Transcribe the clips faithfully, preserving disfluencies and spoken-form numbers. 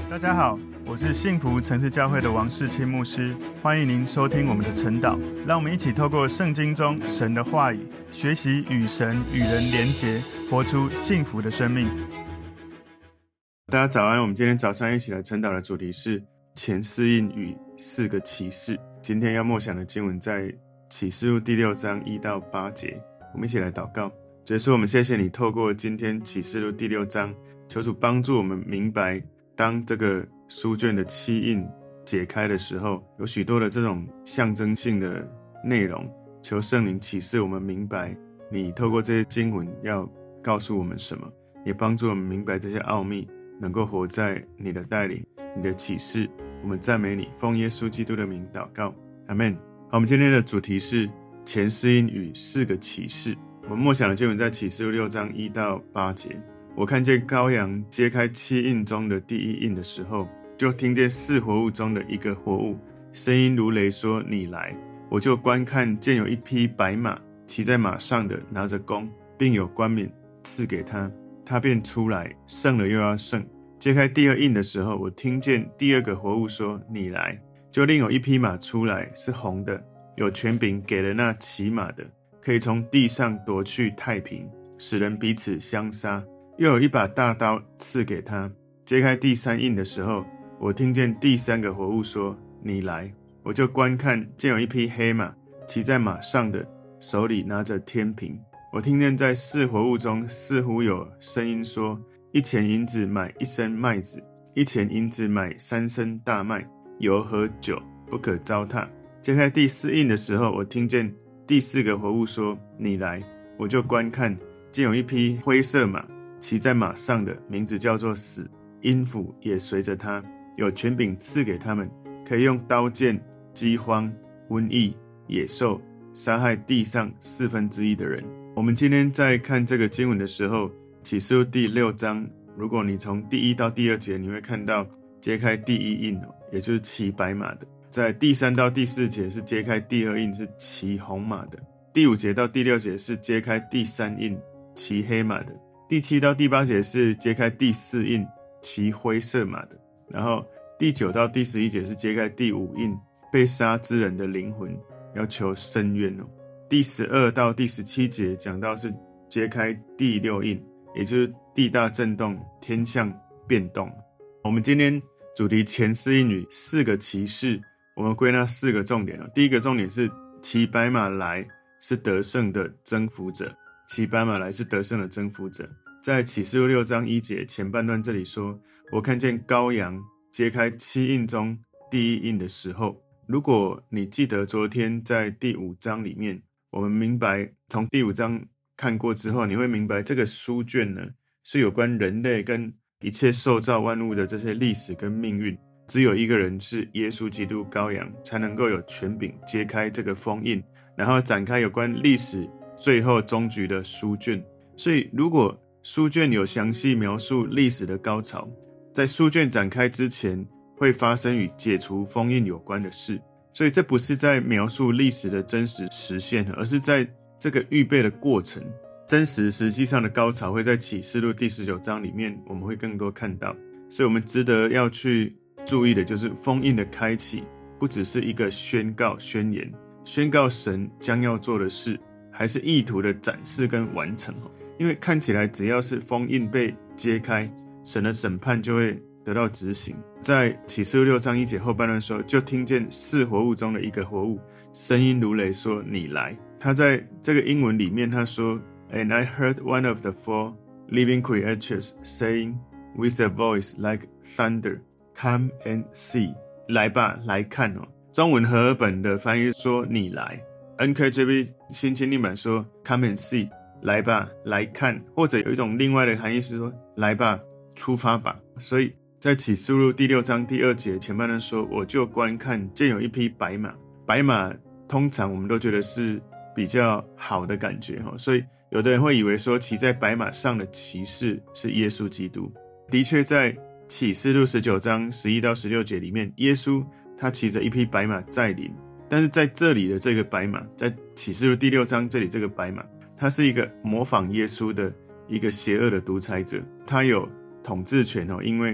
大家好，我是幸福城市教会的王世清牧师，欢迎您收听我们的晨祷。让我们一起透过圣经中神的话语，学习与神与人连结，活出幸福的生命。大家早安，我们今天早上一起来晨祷的主题是前四印与四个启示。今天要默想的经文在启示录第六章一到八节，我们一起来祷告。主耶稣，我们谢谢你透过今天启示录第六章，求主帮助我们明白，当这个书卷的七印解开的时候，有许多的这种象征性的内容，求圣灵启示我们明白你透过这些经文要告诉我们什么，也帮助我们明白这些奥秘，能够活在你的带领，你的启示。我们赞美你，奉耶稣基督的名祷告，阿们。好，我们今天的主题是前四印与四个启示。我们默想的经文在启示录六章一到八节。我看见羔羊揭开七印中的第一印的时候，就听见四活物中的一个活物，声音如雷说：你来。我就观看，见有一匹白马，骑在马上的拿着弓，并有冠冕赐给他，他便出来，胜了又要胜。揭开第二印的时候，我听见第二个活物说：你来。就另有一匹马出来，是红的，有权柄给了那骑马的，可以从地上夺去太平，使人彼此相杀。又有一把大刀赐给他。揭开第三印的时候，我听见第三个活物说：你来。我就观看，见有一匹黑马，骑在马上的，手里拿着天平。我听见在四活物中似乎有声音说：一钱银子买一升麦子，一钱银子买三升大麦，油和酒不可糟蹋。揭开第四印的时候，我听见第四个活物说：你来。我就观看，见有一匹灰色马，骑在马上的名字叫做死，阴府也随着他，有权柄赐给他们，可以用刀剑、饥荒、瘟疫、野兽杀害地上四分之一的人。我们今天在看这个经文的时候，启示录第六章，如果你从第一到第二节，你会看到揭开第一印，也就是骑白马的。在第三到第四节是揭开第二印，是骑红马的。第五节到第六节是揭开第三印，骑黑马的。第七到第八节是揭开第四印，骑灰色马的。然后第九到第十一节是揭开第五印，被杀之人的灵魂要求伸冤哦。第十二到第十七节讲到是揭开第六印，也就是地大震动，天象变动。我们今天主题前四印与四个启示，我们归纳四个重点哦。第一个重点是骑白马来是得胜的征服者，骑白马来是得胜的征服者。在启示录六章一节前半段这里说，我看见羔羊揭开七印中第一印的时候，如果你记得昨天在第五章里面，我们明白从第五章看过之后，你会明白这个书卷呢是有关人类跟一切受造万物的这些历史跟命运，只有一个人是耶稣基督羔羊才能够有权柄揭开这个封印，然后展开有关历史最后终局的书卷。所以如果书卷有详细描述历史的高潮，在书卷展开之前会发生与解除封印有关的事，所以这不是在描述历史的真实实现，而是在这个预备的过程。真实实际上的高潮会在启示录第十九章里面我们会更多看到。所以我们值得要去注意的就是封印的开启不只是一个宣告宣言，宣告神将要做的事，还是意图的展示跟完成。因为看起来只要是封印被揭开，神的审判就会得到执行。在启示录六章一节后半段说，就听见四活物中的一个活物，声音如雷说：你来。他在这个英文里面他说 And I heard one of the four living creatures saying with a voice like thunder, Come and see. 来吧，来看哦。中文和合本的翻译说你来， N K J V 新签订版说 Come and see， 来吧，来看，或者有一种另外的含义是说来吧，出发吧。所以在启示录第六章第二节前半段说，我就观看，见有一匹白马。白马通常我们都觉得是比较好的感觉，所以有的人会以为说骑在白马上的骑士是耶稣基督。的确在启示录十九章十一到十六节里面，耶稣他骑着一匹白马在临，但是在这里的这个白马，在启示录第六章这里这个白马，他是一个模仿耶稣的一个邪恶的独裁者，他有统治权，因为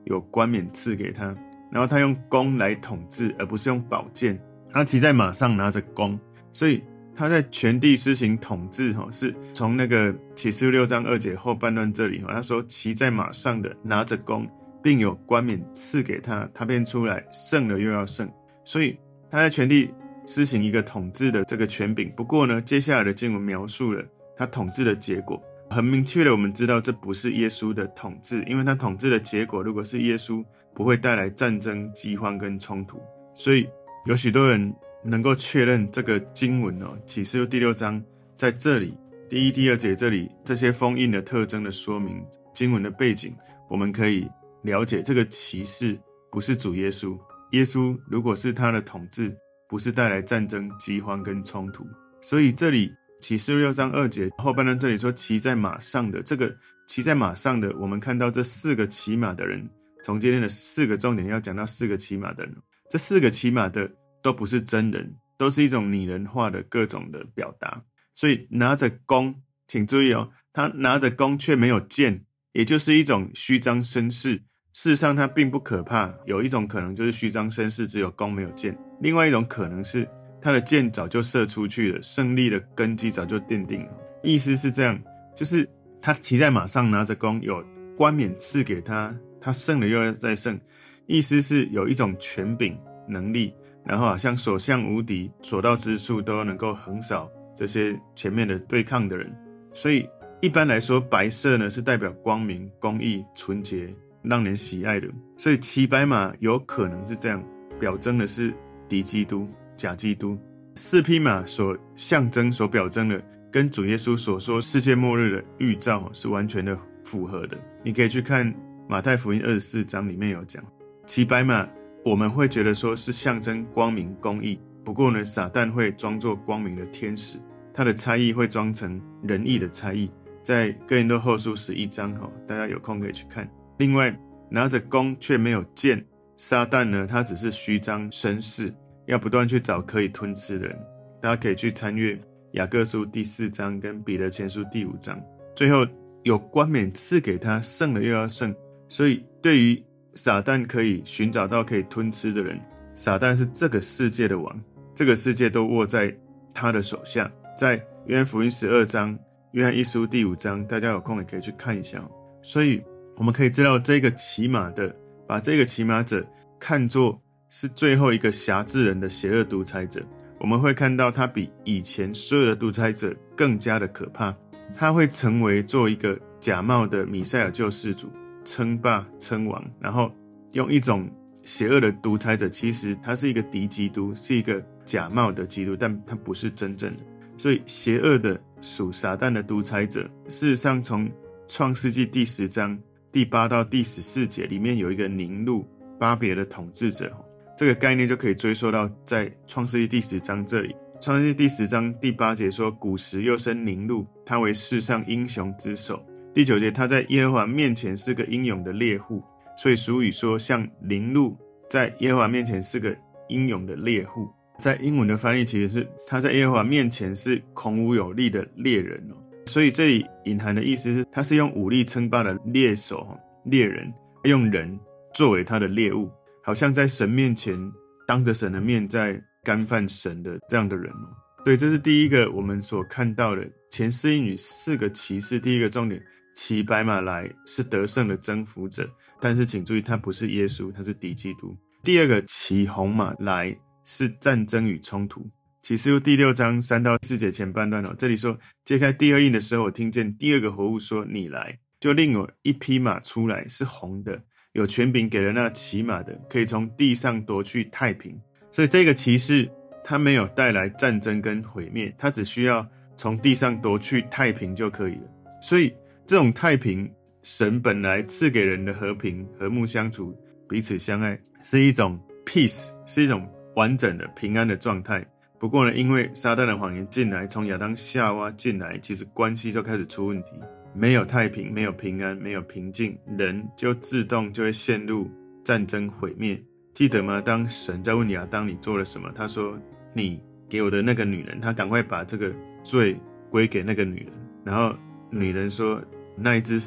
有冠冕赐给他，然后他用弓来统治，而不是用宝剑。他骑在马上拿着弓，所以他在全地施行统治，是从那个启示录六章二节后半段这里，他说骑在马上的拿着弓，并有冠冕赐给他，他便出来胜了又要胜。所以他在全地施行一个统治的这个权柄。不过呢，接下来的经文描述了他统治的结果，很明确的我们知道这不是耶稣的统治，因为他统治的结果如果是耶稣，不会带来战争、饥荒跟冲突。所以有许多人能够确认这个经文哦，启示录第六章在这里第一、第二节这里这些封印的特征的说明，经文的背景，我们可以了解这个启示不是主耶稣。耶稣如果是他的统治，不是带来战争、饥荒跟冲突。所以这里启示录六章二节后半段这里说骑在马上的，这个骑在马上的，我们看到这四个骑马的人，从今天的四个重点要讲到四个骑马的人，这四个骑马的都不是真人，都是一种拟人化的各种的表达。所以拿着弓，请注意哦，他拿着弓却没有剑，也就是一种虚张声势。事实上他并不可怕，有一种可能就是虚张声势，只有弓没有剑。另外一种可能是他的箭早就射出去了，胜利的根基早就奠定了。意思是这样，就是他骑在马上拿着弓，有冠冕赐给他，他胜了又要再胜。意思是有一种权柄能力，然后好像所向无敌，所到之处都能够横扫这些前面的对抗的人。所以一般来说，白色呢是代表光明、公义、纯洁，让人喜爱的。所以骑白马有可能是这样，表征的是敌基督、假基督。四匹马所象征、所表征的，跟主耶稣所说世界末日的预兆是完全的符合的。你可以去看马太福音二十四章里面有讲，骑白马我们会觉得说是象征光明公义，不过呢，撒旦会装作光明的天使，他的差役会装成仁义的差役，在哥林多后书十一章，大家有空可以去看。另外拿着弓却没有剑，撒旦呢他只是虚张声势，要不断去找可以吞吃的人。大家可以去参阅雅各书第四章跟彼得前书第五章。最后有冠冕赐给他，胜了又要胜。所以对于撒旦可以寻找到可以吞吃的人，撒旦是这个世界的王，这个世界都握在他的手下。在约翰福音十二章、约翰一书第五章，大家有空也可以去看一下。所以我们可以知道，这个骑马的把这个骑马者看作是最后一个辖制人的邪恶独裁者。我们会看到他比以前所有的独裁者更加的可怕，他会成为做一个假冒的弥赛亚救世主，称霸称王，然后用一种邪恶的独裁者，其实他是一个敌基督，是一个假冒的基督，但他不是真正的。所以邪恶的属撒旦的独裁者，事实上从创世纪第十章第八到第十四节里面有一个宁录巴别的统治者，这个概念就可以追溯到在创世纪第十章这里。创世纪第十章第八节说，古时又生宁录，他为世上英雄之首。第九节，他在耶和华面前是个英勇的猎户，所以俗语说像宁录在耶和华面前是个英勇的猎户。在英文的翻译其实是他在耶和华面前是孔武有力的猎人，所以这里隐含的意思是他是用武力称霸的猎手、猎人，用人作为他的猎物，好像在神面前当着神的面在干犯神的这样的人。对，这是第一个我们所看到的前四应许四个骑士。第一个重点，骑白马来是得胜的征服者，但是请注意他不是耶稣，他是敌基督。第二个，骑红马来是战争与冲突。启示录第六章三到四节前半段，这里说，揭开第二印的时候，我听见第二个活物说，你来，就令我一匹马出来，是红的，有权柄给了那骑马的，可以从地上夺去太平。所以这个骑士他没有带来战争跟毁灭，他只需要从地上夺去太平就可以了。所以这种太平，神本来赐给人的和平、和睦相处、彼此相爱，是一种 peace， 是一种完整的平安的状态。不过呢，因为撒旦的谎言进来，从亚当夏娃进来，其实关系就开始出问题，没有太平，没有平安，没有平静，人就自动就会陷入战争毁灭。记得吗？当神在问亚当你做了什么，他说你给我的那个女人，他赶快把这个罪归给那个女人。然后女人说那一只蛇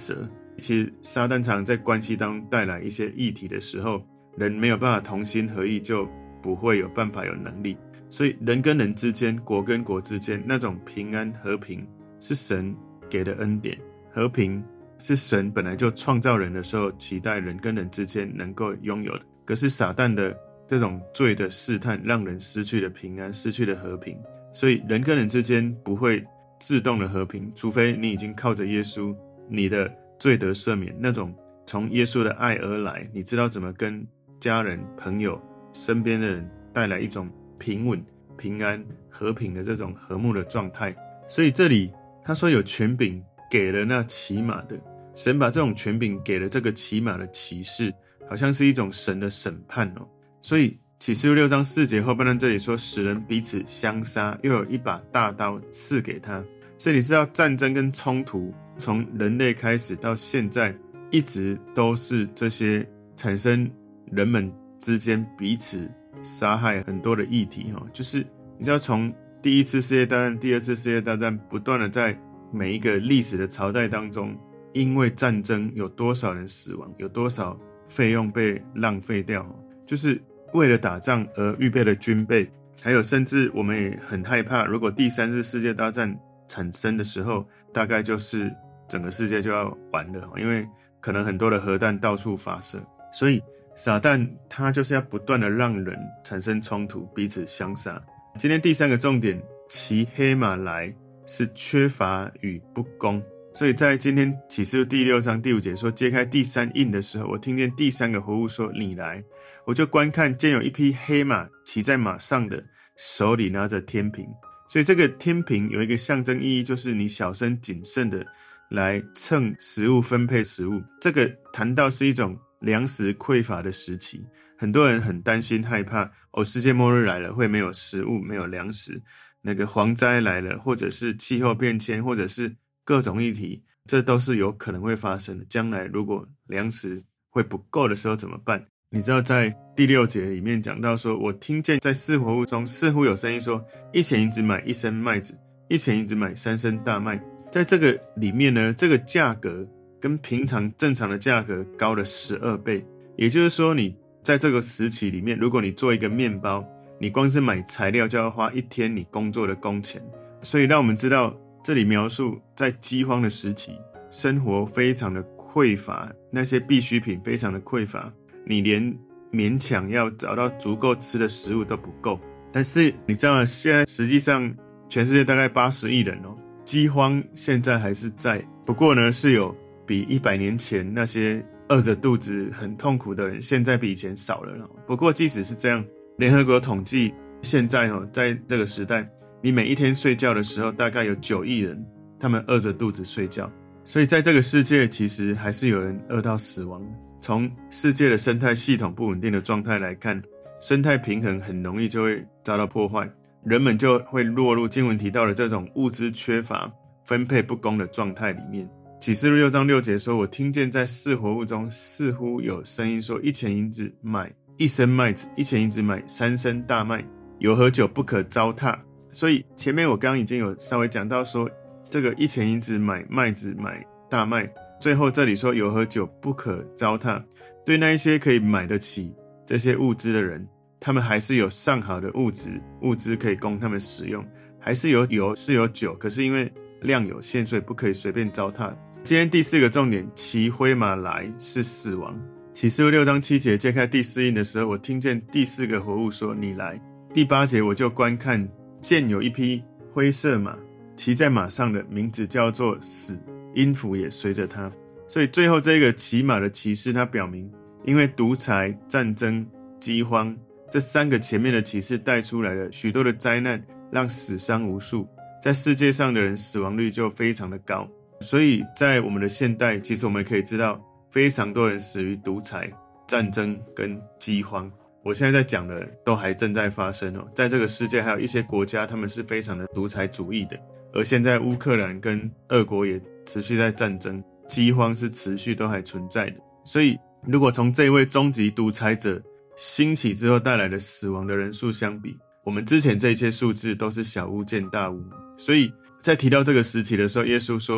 其实撒旦常常在关系当中带来一些议题的时候，人没有办法同心合意，就不会有办法有能力。所以人跟人之间，国跟国之间，那种平安和平是神给的恩典，和平是神本来就创造人的时候期待人跟人之间能够拥有的。可是撒旦的这种罪的试探，让人失去了平安，失去了和平。所以人跟人之间不会自动的和平，除非你已经靠着耶稣，你的罪得赦免，那种从耶稣的爱而来，你知道怎么跟家人、朋友、身边的人带来一种平稳、平安、和平的这种和睦的状态。所以这里他说有权柄给了那骑马的，神把这种权柄给了这个骑马的骑士，好像是一种神的审判哦。所以启示录六章四节后半段这里说，使人彼此相杀，又有一把大刀赐给他。所以你知道战争跟冲突从人类开始到现在一直都是这些产生人们之间彼此杀害很多的议题，就是你知道从第一次世界大战、第二次世界大战不断的在每一个历史的朝代当中，因为战争有多少人死亡，有多少费用被浪费掉，就是为了打仗而预备的军备，还有甚至我们也很害怕，如果第三次世界大战产生的时候，大概就是整个世界就要完了，因为可能很多的核弹到处发射。所以撒旦他就是要不断的让人产生冲突，彼此相杀。今天第三个重点，骑黑马来是缺乏与不公。所以在今天启示录第六章第五节说，揭开第三印的时候，我听见第三个活物说，你来，我就观看，见有一匹黑马，骑在马上的，手里拿着天平。所以这个天平有一个象征意义，就是你小心谨慎的来称食物，分配食物。这个谈到是一种粮食匮乏的时期，很多人很担心害怕，哦，世界末日来了，会没有食物，没有粮食，那个蝗灾来了，或者是气候变迁，或者是各种议题，这都是有可能会发生的。将来如果粮食会不够的时候怎么办？你知道在第六节里面讲到说，我听见在四活物中似乎有声音说，一钱银子买一升麦子，一钱银子买三升大麦。在这个里面呢，这个价格跟平常正常的价格高了十二倍。也就是说，你在这个时期里面，如果你做一个面包，你光是买材料就要花一天你工作的工钱。所以让我们知道，这里描述在饥荒的时期，生活非常的匮乏，那些必需品非常的匮乏，你连勉强要找到足够吃的食物都不够。但是你知道吗？现在实际上全世界大概八十亿人哦，饥荒现在还是在，不过呢是有比一百年前那些饿着肚子很痛苦的人，现在比以前少了。不过即使是这样，联合国统计现在哦，在这个时代，你每一天睡觉的时候，大概有九亿人，他们饿着肚子睡觉。所以在这个世界，其实还是有人饿到死亡。从世界的生态系统不稳定的状态来看，生态平衡很容易就会遭到破坏，人们就会落入经文提到的这种物资缺乏、分配不公的状态里面。启示录六章六节说，我听见在四活物中似乎有声音说，一钱银子买一升麦子，一钱银子买三升大麦，油和酒不可糟蹋。所以前面我刚刚已经有稍微讲到说，这个一钱银子买麦子买大麦，最后这里说油和酒不可糟蹋，对那一些可以买得起这些物资的人，他们还是有上好的物质物资可以供他们使用，还是有油是有酒，可是因为量有限，所以不可以随便糟蹋。今天第四个重点，骑灰马来是死亡。启示录六章七节揭开第四印的时候，我听见第四个活物说，你来。第八节我就观看，见有一匹灰色马，骑在马上的名字叫做死，阴府也随着他。所以最后这个骑马的骑士，他表明因为独裁、战争、饥荒这三个前面的骑士带出来了许多的灾难，让死伤无数，在世界上的人死亡率就非常的高。所以在我们的现代，其实我们可以知道非常多人死于独裁、战争跟饥荒。我现在在讲的都还正在发生哦，在这个世界还有一些国家，他们是非常的独裁主义的，而现在乌克兰跟俄国也持续在战争，饥荒是持续都还存在的。所以如果从这一位终极独裁者兴起之后带来的死亡的人数相比，我们之前这些数字都是小巫见大巫。所以在提到这个时期的时候，耶稣说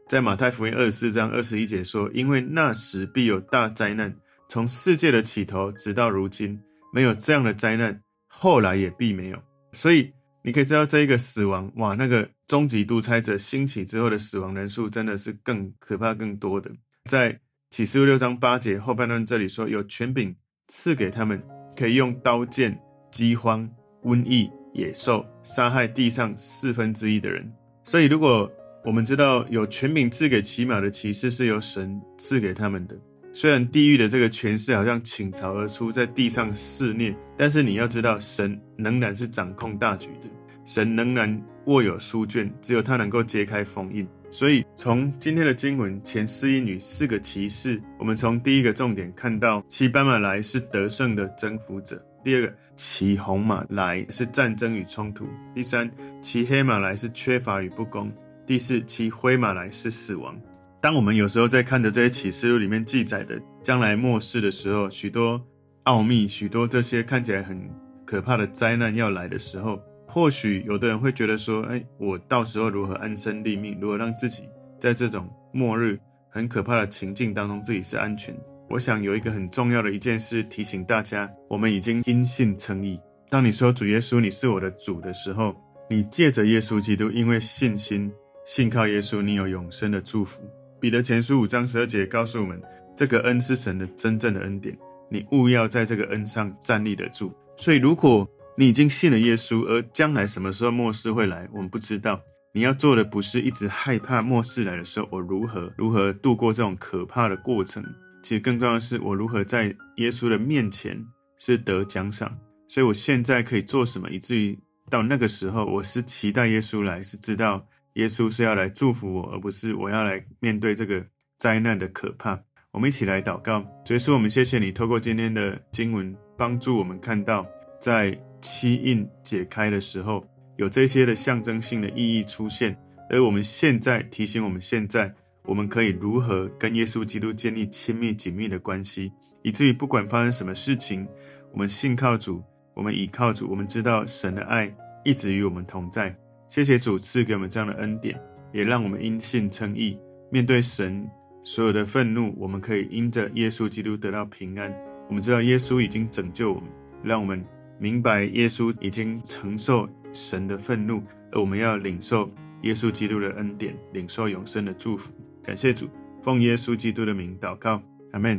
在马太福音二十四章二十一节说，因为那时必有大灾难，从世界的起头直到如今，没有这样的灾难，后来也必没有。所以你可以知道这一个死亡，哇，那个终极独裁者兴起之后的死亡人数真的是更可怕更多的。在启示录六章八节后半段这里说，有权柄赐给他们，可以用刀剑、饥荒、瘟疫、野兽杀害地上四分之一的人。所以如果我们知道有权柄赐给骑马的骑士是由神赐给他们的，虽然地狱的这个权势好像倾巢而出，在地上肆虐，但是你要知道神仍然是掌控大局的，神仍然握有书卷，只有他能够揭开封印。所以从今天的经文前四一女四个骑士，我们从第一个重点看到骑斑马来是得胜的征服者，第二个骑红马来是战争与冲突，第三骑黑马来是缺乏与不公，第四骑灰马来是死亡。当我们有时候在看着这些启示录里面记载的将来末世的时候，许多奥秘，许多这些看起来很可怕的灾难要来的时候，或许有的人会觉得说，哎，我到时候如何安身立命，如何让自己在这种末日很可怕的情境当中自己是安全的。我想有一个很重要的一件事提醒大家，我们已经因信称义。当你说主耶稣你是我的主的时候，你借着耶稣基督，因为信心信靠耶稣，你有永生的祝福。彼得前书五章十二节告诉我们，这个恩是神的真正的恩典，你务要在这个恩上站立得住。所以如果你已经信了耶稣，而将来什么时候末世会来我们不知道，你要做的不是一直害怕末世来的时候我如何如何度过这种可怕的过程，其实更重要的是我如何在耶稣的面前是得奖赏。所以我现在可以做什么，以至于到那个时候我是期待耶稣来，是知道耶稣是要来祝福我，而不是我要来面对这个灾难的可怕。我们一起来祷告。主耶稣，我们谢谢你透过今天的经文帮助我们看到，在七印解开的时候有这些的象征性的意义出现，而我们现在提醒我们现在我们可以如何跟耶稣基督建立亲密紧密的关系，以至于不管发生什么事情，我们信靠主，我们倚靠主，我们知道神的爱一直与我们同在。谢谢主赐给我们这样的恩典，也让我们因信称义，面对神所有的愤怒，我们可以因着耶稣基督得到平安。我们知道耶稣已经拯救我们，让我们明白耶稣已经承受神的愤怒，而我们要领受耶稣基督的恩典，领受永生的祝福。感谢主，奉耶稣基督的名祷告，阿们。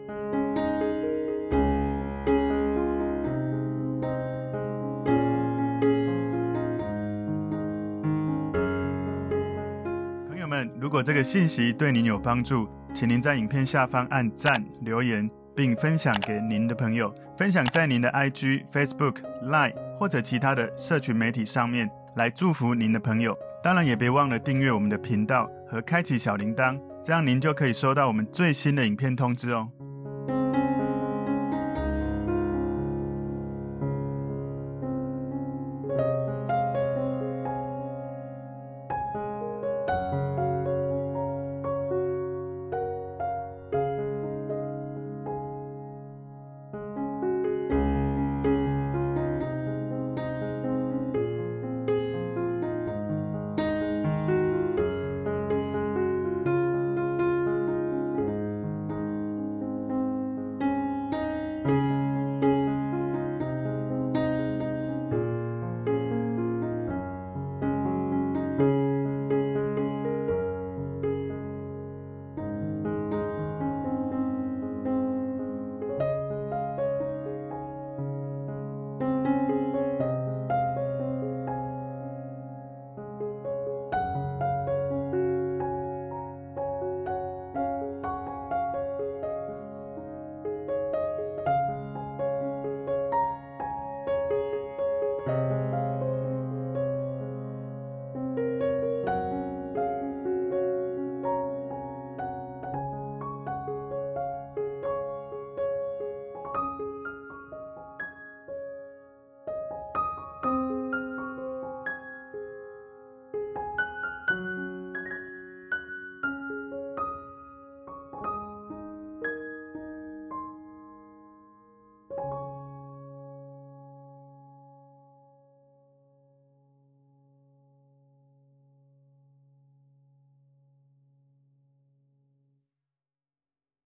如果这个信息对您有帮助，请您在影片下方按赞、留言，并分享给您的朋友，分享在您的 I G、Facebook、Line 或者其他的社群媒体上面，来祝福您的朋友。当然也别忘了订阅我们的频道和开启小铃铛，这样您就可以收到我们最新的影片通知哦。